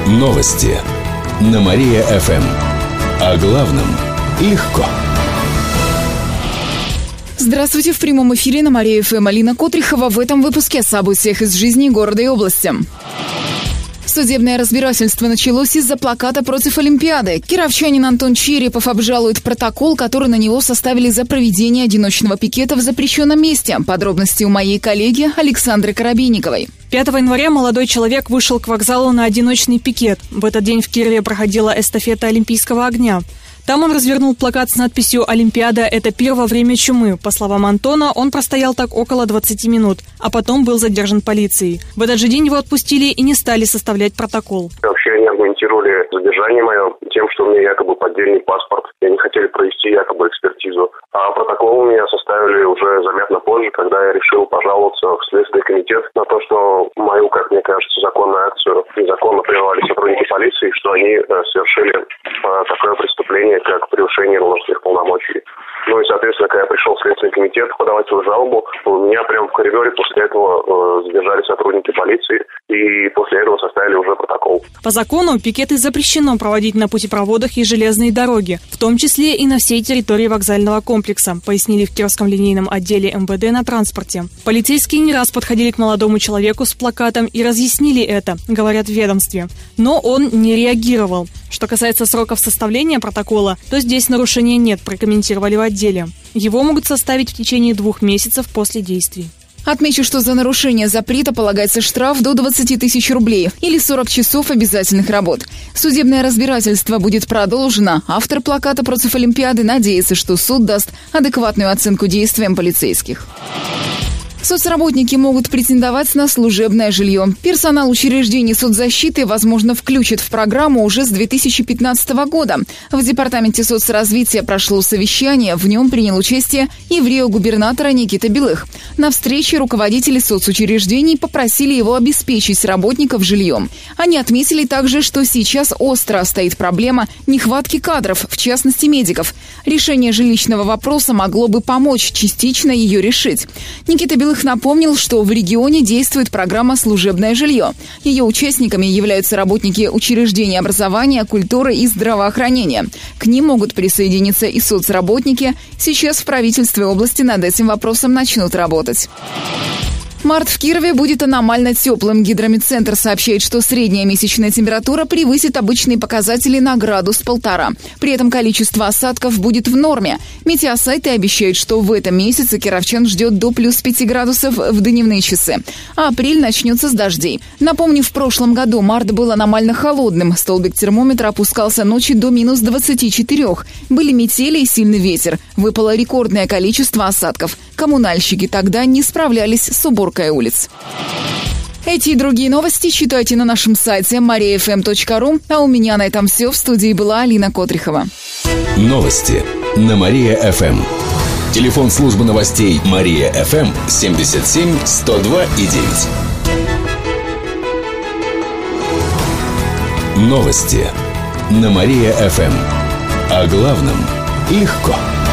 Новости на Мария-ФМ. О главном легко. Здравствуйте, в прямом эфире на Мария-ФМ Алина Котрихова. В этом выпуске о событиях из жизни города и области. Судебное разбирательство началось из-за плаката против Олимпиады. Кировчанин Антон Черепов обжалует протокол, который на него составили за проведение одиночного пикета в запрещенном месте. Подробности у моей коллеги Александры Коробейниковой. 5 января молодой человек вышел к вокзалу на одиночный пикет. В этот день в Кирове проходила эстафета Олимпийского огня. Там он развернул плакат с надписью «Олимпиада – это пир во время чумы». По словам Антона, он простоял так около 20 минут, а потом был задержан полицией. В этот же день его отпустили и не стали составлять протокол. Вообще они аргументировали задержание мое тем, что у меня якобы поддельный паспорт. И они хотели провести якобы экспертизу. А протокол у меня составили уже заметно позже, когда я решил пожаловаться в Следственный комитет на то, что мою, как мне кажется, законную акцию незаконно прервали сотрудники полиции, что они совершили такое преступление, как превышение должностных полномочий. Ну и, соответственно, когда я пришел в Следственный комитет подавать свою жалобу, у меня прямо в коридоре после этого задержали сотрудники полиции и после этого составили уже протокол. По закону пикеты запрещено проводить на путепроводах и железной дороге, в том числе и на всей территории вокзального комплекса, пояснили в Кировском линейном отделе МВД на транспорте. Полицейские не раз подходили к молодому человеку с плакатом и разъяснили это, говорят в ведомстве. Но он не реагировал. Что касается сроков составления протокола, то здесь нарушения нет, прокомментировали в отделе. Его могут составить в течение 2 месяцев после действий. Отмечу, что за нарушение запрета полагается штраф до 20 тысяч рублей или 40 часов обязательных работ. Судебное разбирательство будет продолжено. Автор плаката против Олимпиады надеется, что суд даст адекватную оценку действиям полицейских. Соцработники могут претендовать на служебное жилье. Персонал учреждений соцзащиты, возможно, включат в программу уже с 2015 года. В Департаменте соцразвития прошло совещание. В нем принял участие и губернатора Никита Белых. На встрече руководители соцучреждений попросили его обеспечить работников жильем. Они отметили также, что сейчас остро стоит проблема нехватки кадров, в частности медиков. Решение жилищного вопроса могло бы помочь частично ее решить. Никита Белых напомнил, что в регионе действует программа «Служебное жилье». Ее участниками являются работники учреждений образования, культуры и здравоохранения. К ним могут присоединиться и соцработники. Сейчас в правительстве области над этим вопросом начнут работать. Март в Кирове будет аномально теплым. Гидрометцентр сообщает, что средняя месячная температура превысит обычные показатели на 1,5 градуса. При этом количество осадков будет в норме. Метеосайты обещают, что в этом месяце кировчан ждет до плюс 5 градусов в дневные часы. А апрель начнется с дождей. Напомню, в прошлом году март был аномально холодным. Столбик термометра опускался ночью до минус 24. Были метели и сильный ветер. Выпало рекордное количество осадков. Коммунальщики тогда не справлялись с уборкой улиц. Эти и другие новости читайте на нашем сайте mariafm.ru. А у меня на этом все. В студии была Алина Котрихова. Новости на Мария-ФМ. Телефон службы новостей Мария-ФМ 77 102 и 9. Новости на Мария-ФМ. О главном легко.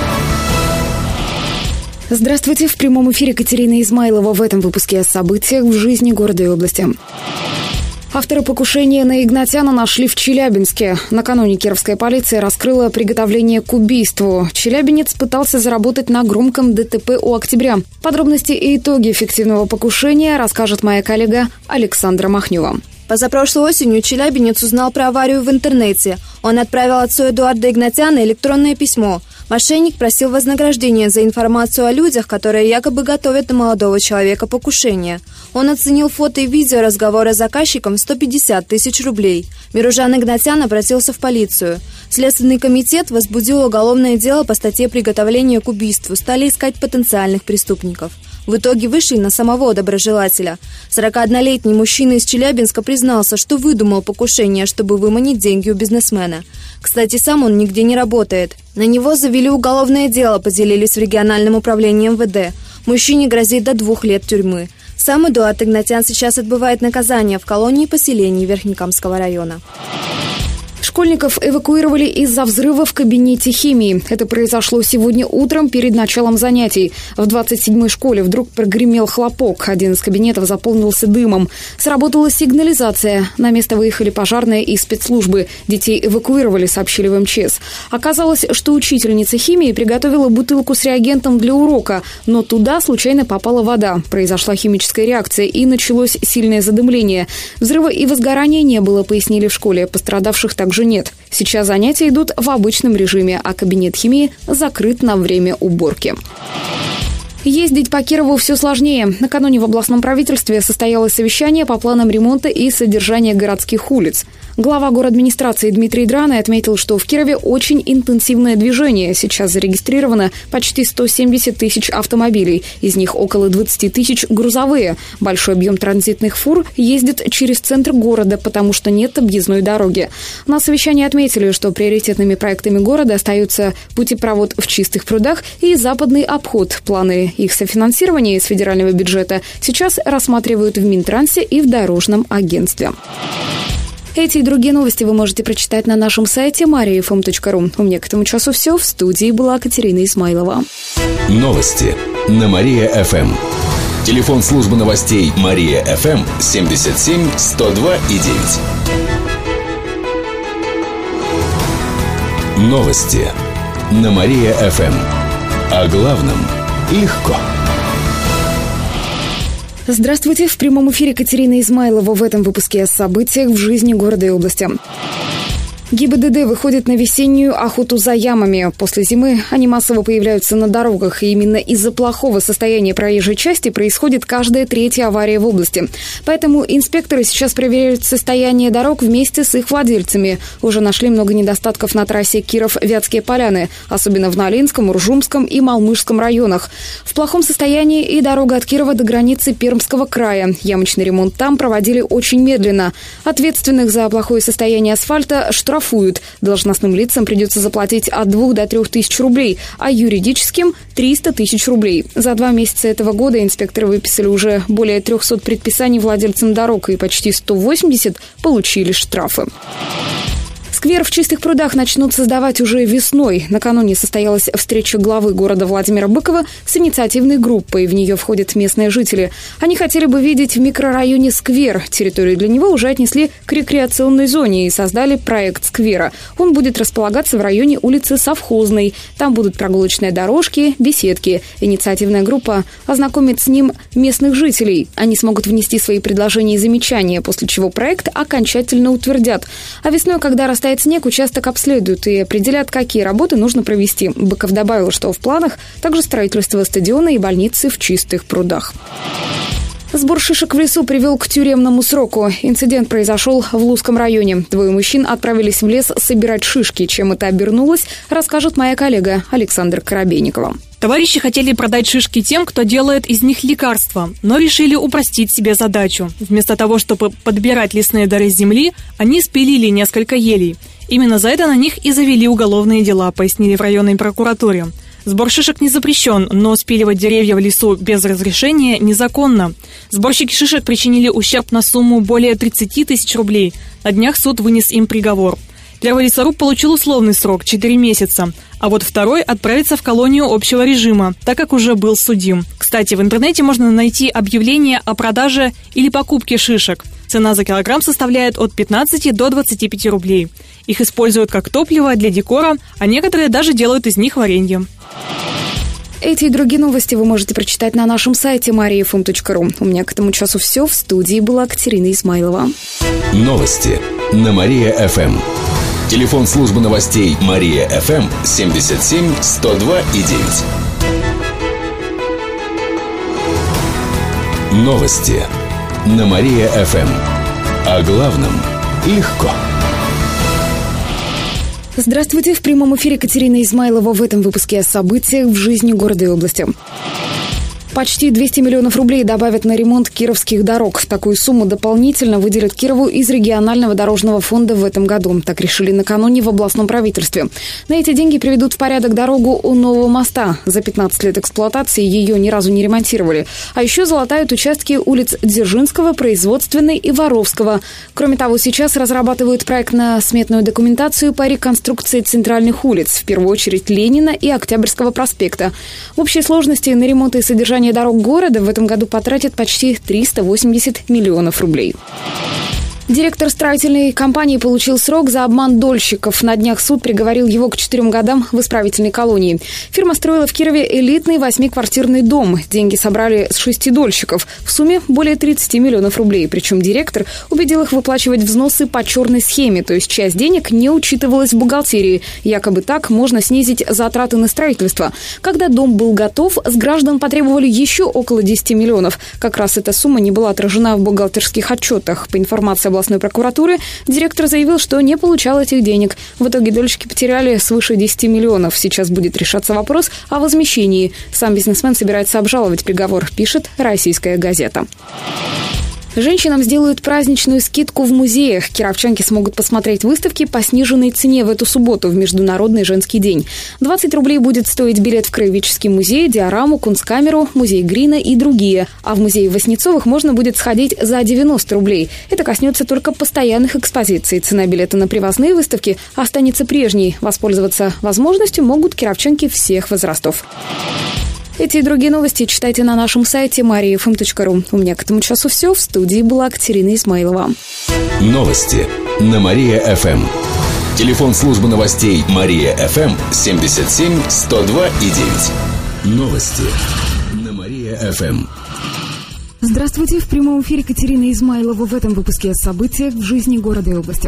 Здравствуйте, в прямом эфире Катерина Измайлова. В этом выпуске о событиях в жизни города и области. Автора покушения на Игнатяна нашли в Челябинске. Накануне кировская полиция раскрыла приготовление к убийству. Челябинец пытался заработать на громком ДТП у Октября. Подробности и итоги фиктивного покушения расскажет моя коллега Александра Махнева. Позапрошлой осенью челябинец узнал про аварию в интернете. Он отправил отцу Эдуарда Игнатяна электронное письмо. Мошенник просил вознаграждения за информацию о людях, которые якобы готовят на молодого человека покушение. Он оценил фото и видео разговора с заказчиком в 150 тысяч рублей. Миружан Игнатян обратился в полицию. Следственный комитет возбудил уголовное дело по статье «Приготовление к убийству». Стали искать потенциальных преступников. В итоге вышли на самого доброжелателя. 41-летний мужчина из Челябинска признался, что выдумал покушение, чтобы выманить деньги у бизнесмена. Кстати, сам он нигде не работает. На него завели уголовное дело, поделились в региональном управлении МВД. Мужчине грозит до 2 лет тюрьмы. Сам Эдуард Игнатян сейчас отбывает наказание в колонии поселений Верхнекамского района. Школьников эвакуировали из-за взрыва в кабинете химии. Это произошло сегодня утром перед началом занятий. В 27-й школе вдруг прогремел хлопок. Один из кабинетов заполнился дымом. Сработала сигнализация. На место выехали пожарные и спецслужбы. Детей эвакуировали, сообщили в МЧС. Оказалось, что учительница химии приготовила бутылку с реагентом для урока, но туда случайно попала вода. Произошла химическая реакция и началось сильное задымление. Взрыва и возгорания не было, пояснили в школе. Пострадавших также нет. Сейчас занятия идут в обычном режиме, а кабинет химии закрыт на время уборки. Ездить по Кирову все сложнее. Накануне в областном правительстве состоялось совещание по планам ремонта и содержания городских улиц. Глава городадминистрации Дмитрий Драный отметил, что в Кирове очень интенсивное движение. Сейчас зарегистрировано почти 170 тысяч автомобилей. Из них около 20 тысяч грузовые. Большой объем транзитных фур ездит через центр города, потому что нет объездной дороги. На совещании отметили, что приоритетными проектами города остаются путепровод в Чистых прудах и западный обход. Планы их софинансирования из федерального бюджета сейчас рассматривают в Минтрансе и в Дорожном агентстве. Эти и другие новости вы можете прочитать на нашем сайте mariafm.ru. У меня к этому часу все. В студии была Катерина Исмайлова. Новости на Мария-ФМ. Телефон службы новостей Мария-ФМ 77 102 и 9. Новости на Мария-ФМ. О главном легко. Здравствуйте. В прямом эфире Катерина Измайлова. В этом выпуске о событиях в жизни города и области. ГИБДД выходит на весеннюю охоту за ямами. После зимы они массово появляются на дорогах, и именно из-за плохого состояния проезжей части происходит каждая третья авария в области. Поэтому инспекторы сейчас проверяют состояние дорог вместе с их владельцами. Уже нашли много недостатков на трассе Киров-Вятские Поляны, особенно в Нолинском, Уржумском и Малмышском районах. В плохом состоянии и дорога от Кирова до границы Пермского края. Ямочный ремонт там проводили очень медленно. Ответственных за плохое состояние асфальта штрафуют. Должностным лицам придется заплатить от 2 до 3 тысяч рублей, а юридическим – 300 тысяч рублей. За 2 месяца этого года инспекторы выписали уже более 300 предписаний владельцам дорог, и почти 180 получили штрафы. Сквер в Чистых прудах начнут создавать уже весной. Накануне состоялась встреча главы города Владимира Быкова с инициативной группой. В нее входят местные жители. Они хотели бы видеть в микрорайоне сквер. Территорию для него уже отнесли к рекреационной зоне и создали проект сквера. Он будет располагаться в районе улицы Совхозной. Там будут прогулочные дорожки, беседки. Инициативная группа ознакомит с ним местных жителей. Они смогут внести свои предложения и замечания, после чего проект окончательно утвердят. А весной, когда растает снег, участок обследуют и определят, какие работы нужно провести. Быков добавил, что в планах также строительство стадиона и больницы в Чистых прудах. Сбор шишек в лесу привел к тюремному сроку. Инцидент произошел в Лузском районе. 2 мужчин отправились в лес собирать шишки. Чем это обернулось, расскажет моя коллега Александра Коробейникова. Товарищи хотели продать шишки тем, кто делает из них лекарства, но решили упростить себе задачу. Вместо того, чтобы подбирать лесные дары с земли, они спилили несколько елей. Именно за это на них и завели уголовные дела, пояснили в районной прокуратуре. Сбор шишек не запрещен, но спиливать деревья в лесу без разрешения незаконно. Сборщики шишек причинили ущерб на сумму более 30 тысяч рублей. На днях суд вынес им приговор. Первый лесоруб получил условный срок – 4 месяца, а вот второй отправится в колонию общего режима, так как уже был судим. Кстати, в интернете можно найти объявление о продаже или покупке шишек. Цена за килограмм составляет от 15 до 25 рублей. Их используют как топливо для декора, а некоторые даже делают из них варенье. Эти и другие новости вы можете прочитать на нашем сайте mariafm.ru. У меня к этому часу все. В студии была Катерина Исмайлова. Новости на Мария-ФМ. Телефон службы новостей Мария-ФМ 77 102 и 9. Новости на Мария-ФМ. О главном легко. Здравствуйте. В прямом эфире Катерина Измайлова. В этом выпуске о событиях в жизни города и области. Почти 200 миллионов рублей добавят на ремонт кировских дорог. Такую сумму дополнительно выделят Кирову из регионального дорожного фонда в этом году. Так решили накануне в областном правительстве. На эти деньги приведут в порядок дорогу у нового моста. За 15 лет эксплуатации ее ни разу не ремонтировали. А еще залатают участки улиц Дзержинского, Производственной и Воровского. Кроме того, сейчас разрабатывают проектно-сметную документацию по реконструкции центральных улиц, в первую очередь Ленина и Октябрьского проспекта. В общей сложности на ремонт и содержание дорог города в этом году потратят почти 380 миллионов рублей. Директор строительной компании получил срок за обман дольщиков. На днях суд приговорил его к 4 годам в исправительной колонии. Фирма строила в Кирове элитный 8-квартирный дом. Деньги собрали с 6 дольщиков. В сумме более 30 миллионов рублей. Причем директор убедил их выплачивать взносы по черной схеме. То есть часть денег не учитывалась в бухгалтерии. Якобы так можно снизить затраты на строительство. Когда дом был готов, с граждан потребовали еще около 10 миллионов. Как раз эта сумма не была отражена в бухгалтерских отчетах. По информации областной прокуратуры, директор заявил, что не получал этих денег. В итоге дольщики потеряли свыше 10 миллионов. Сейчас будет решаться вопрос о возмещении. Сам бизнесмен собирается обжаловать приговор, пишет «Российская газета». Женщинам сделают праздничную скидку в музеях. Кировчанки смогут посмотреть выставки по сниженной цене в эту субботу, в Международный женский день. 20 рублей будет стоить билет в Краеведческий музей, Диораму, Кунсткамеру, музей Грина и другие. А в музее Васнецовых можно будет сходить за 90 рублей. Это коснется только постоянных экспозиций. Цена билета на привозные выставки останется прежней. Воспользоваться возможностью могут кировчанки всех возрастов. Эти и другие новости читайте на нашем сайте mariafm.ru. У меня к этому часу все. В студии была Катерина Исмаилова. Новости на Мария-ФМ. Телефон службы новостей Мария-ФМ 77 102 и 9. Новости на Мария-ФМ. Здравствуйте. В прямом эфире Катерина Измайлова. В этом выпуске о событиях в жизни города и области.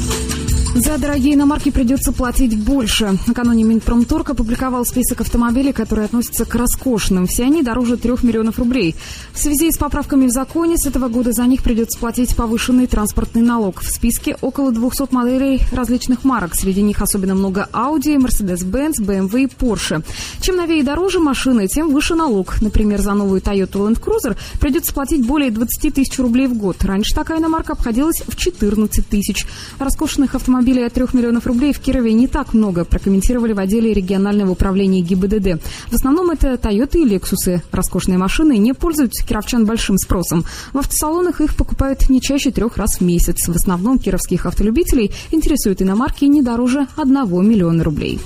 За дорогие иномарки придется платить больше. Накануне Минпромторг опубликовал список автомобилей, которые относятся к роскошным. Все они дороже 3 миллионов рублей. В связи с поправками в законе с этого года за них придется платить повышенный транспортный налог. В списке около 200 моделей различных марок. Среди них особенно много Audi, Mercedes-Benz, BMW и Porsche. Чем новее и дороже машины, тем выше налог. Например, за новую Toyota Land Cruiser придется платить более 20 тысяч рублей в год. Раньше такая иномарка обходилась в 14 тысяч. Роскошных автомобилей от 3 миллионов рублей в Кирове не так много, прокомментировали в отделе регионального управления ГИБДД. В основном это Тойоты и Лексусы. Роскошные машины не пользуются кировчан большим спросом. В автосалонах их покупают не чаще 3 раз в месяц. В основном кировских автолюбителей интересуют иномарки не дороже 1 миллиона рублей.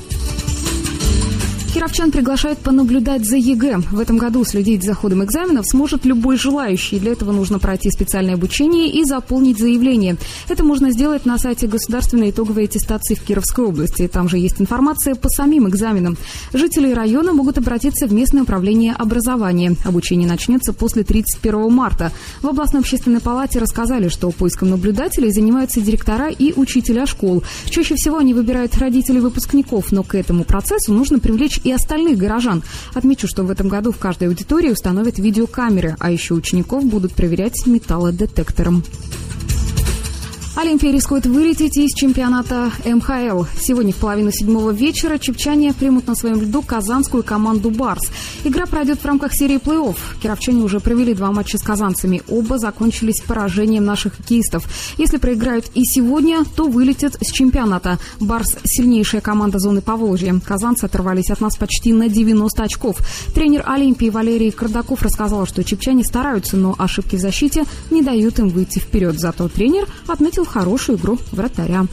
Кировчан приглашают понаблюдать за ЕГЭ. В этом году следить за ходом экзаменов сможет любой желающий. Для этого нужно пройти специальное обучение и заполнить заявление. Это можно сделать на сайте государственной итоговой аттестации в Кировской области. Там же есть информация по самим экзаменам. Жители района могут обратиться в местное управление образования. Обучение начнется после 31 марта. В областной общественной палате рассказали, что поиском наблюдателей занимаются директора и учителя школ. Чаще всего они выбирают родителей выпускников, но к этому процессу нужно привлечь и остальных горожан. Отмечу, что в этом году в каждой аудитории установят видеокамеры, а еще учеников будут проверять металлодетектором. Олимпия рискует вылететь из чемпионата МХЛ. Сегодня в половину 7 вечера чепчане примут на своем льду казанскую команду «Барс». Игра пройдет в рамках серии плей-офф. Кировчане уже провели 2 матча с казанцами. Оба закончились поражением наших хоккеистов. Если проиграют и сегодня, то вылетят с чемпионата. «Барс» – сильнейшая команда зоны Поволжья. Казанцы оторвались от нас почти на 90 очков. Тренер Олимпии Валерий Кардаков рассказал, что чепчане стараются, но ошибки в защите не дают им выйти вперед. Зато тренер отметил хорошую игру вратаря.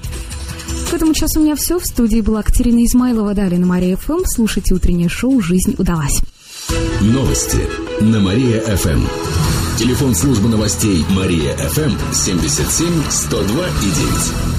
К этому часу у меня все. В студии была Катерина Измайлова. Далее на Мария-ФМ. Слушайте утреннее шоу «Жизнь удалась». Новости на Мария-ФМ. Телефон службы новостей Мария-ФМ 77 102 и 9.